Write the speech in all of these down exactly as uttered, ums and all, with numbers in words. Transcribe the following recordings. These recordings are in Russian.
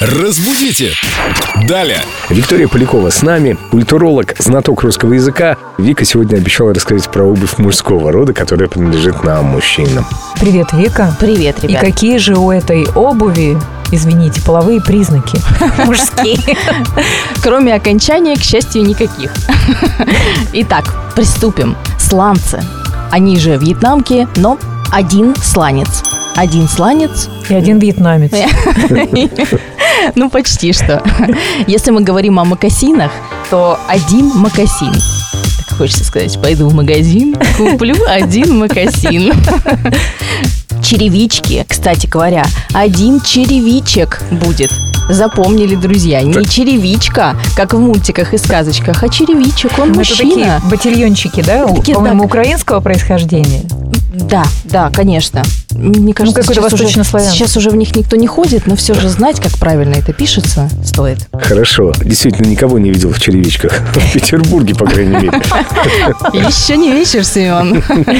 Разбудите! Далее! Виктория Полякова с нами, культуролог, знаток русского языка. Вика сегодня обещала рассказать про обувь мужского рода, которая принадлежит нам, мужчинам. Привет, Вика. Привет, ребят. И какие же у этой обуви, извините, половые признаки? Мужские. Кроме окончания, к счастью, никаких. Итак, приступим. Сланцы. Они же вьетнамки, но один сланец. Один сланец и один вьетнамец. Ну, почти что. Если мы говорим о мокасинах, то один мокасин. Так хочется сказать, пойду в магазин, куплю один мокасин. Черевички, кстати говоря, один черевичек будет. Запомнили, друзья, не черевичка, как в мультиках и сказочках, а черевичек, он Это мужчина. такие ботильончики, да? Такие, По-моему, да. украинского происхождения. Да, да, конечно. Мне кажется, какой-то сейчас, уже, восточнославянский. сейчас уже в них никто не ходит, но все же знать, как правильно это пишется, стоит. Хорошо. Действительно, никого не видел в черевичках. В Петербурге, по крайней мере. Еще не вечер, Семен.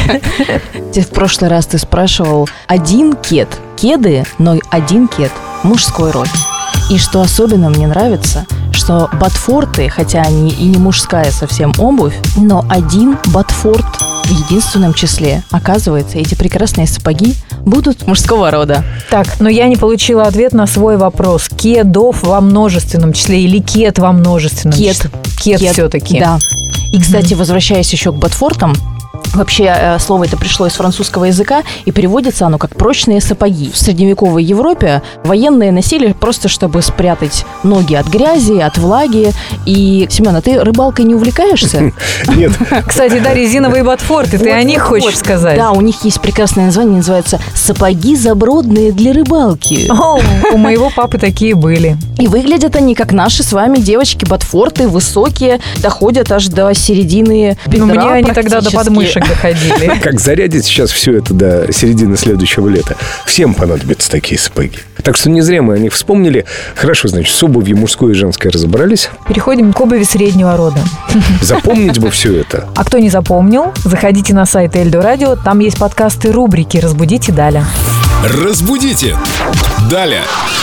В прошлый раз ты спрашивал, один кед. Кеды, но один кед. Мужской род. И что особенно мне нравится, что ботфорты, хотя они и не мужская совсем обувь, но один ботфорт в единственном числе. Оказывается, эти прекрасные сапоги будут мужского рода. Так, но я не получила ответ на свой вопрос. Кедов во множественном числе или кед во множественном Кед. числе? Кед, кед все-таки. Да. И, кстати, возвращаясь еще к ботфортам, вообще, слово это пришло из французского языка, и переводится оно как «прочные сапоги». В средневековой Европе военные носили просто, чтобы спрятать ноги от грязи, от влаги. И, Семен, а ты рыбалкой не увлекаешься? Нет. Кстати, да, резиновые ботфорты, ты Вот, о них вот, хочешь вот. сказать? Да, у них есть прекрасное название, называется «сапоги забродные для рыбалки». О, у моего папы такие были. И выглядят они, как наши с вами девочки-ботфорты, высокие, доходят аж до середины бедра. Ну, мне они тогда до практически. подмышек доходили. Как зарядить сейчас все это до середины следующего лета. Всем понадобятся такие сапоги. Так что не зря мы о них вспомнили. Хорошо, значит, с обувью мужской и женской разобрались. Переходим к обуви среднего рода. Запомнить бы все это. А кто не запомнил, заходите на сайт Эльдо Радио, там есть подкасты, рубрики «Разбудите Даля». Разбудите! Далее!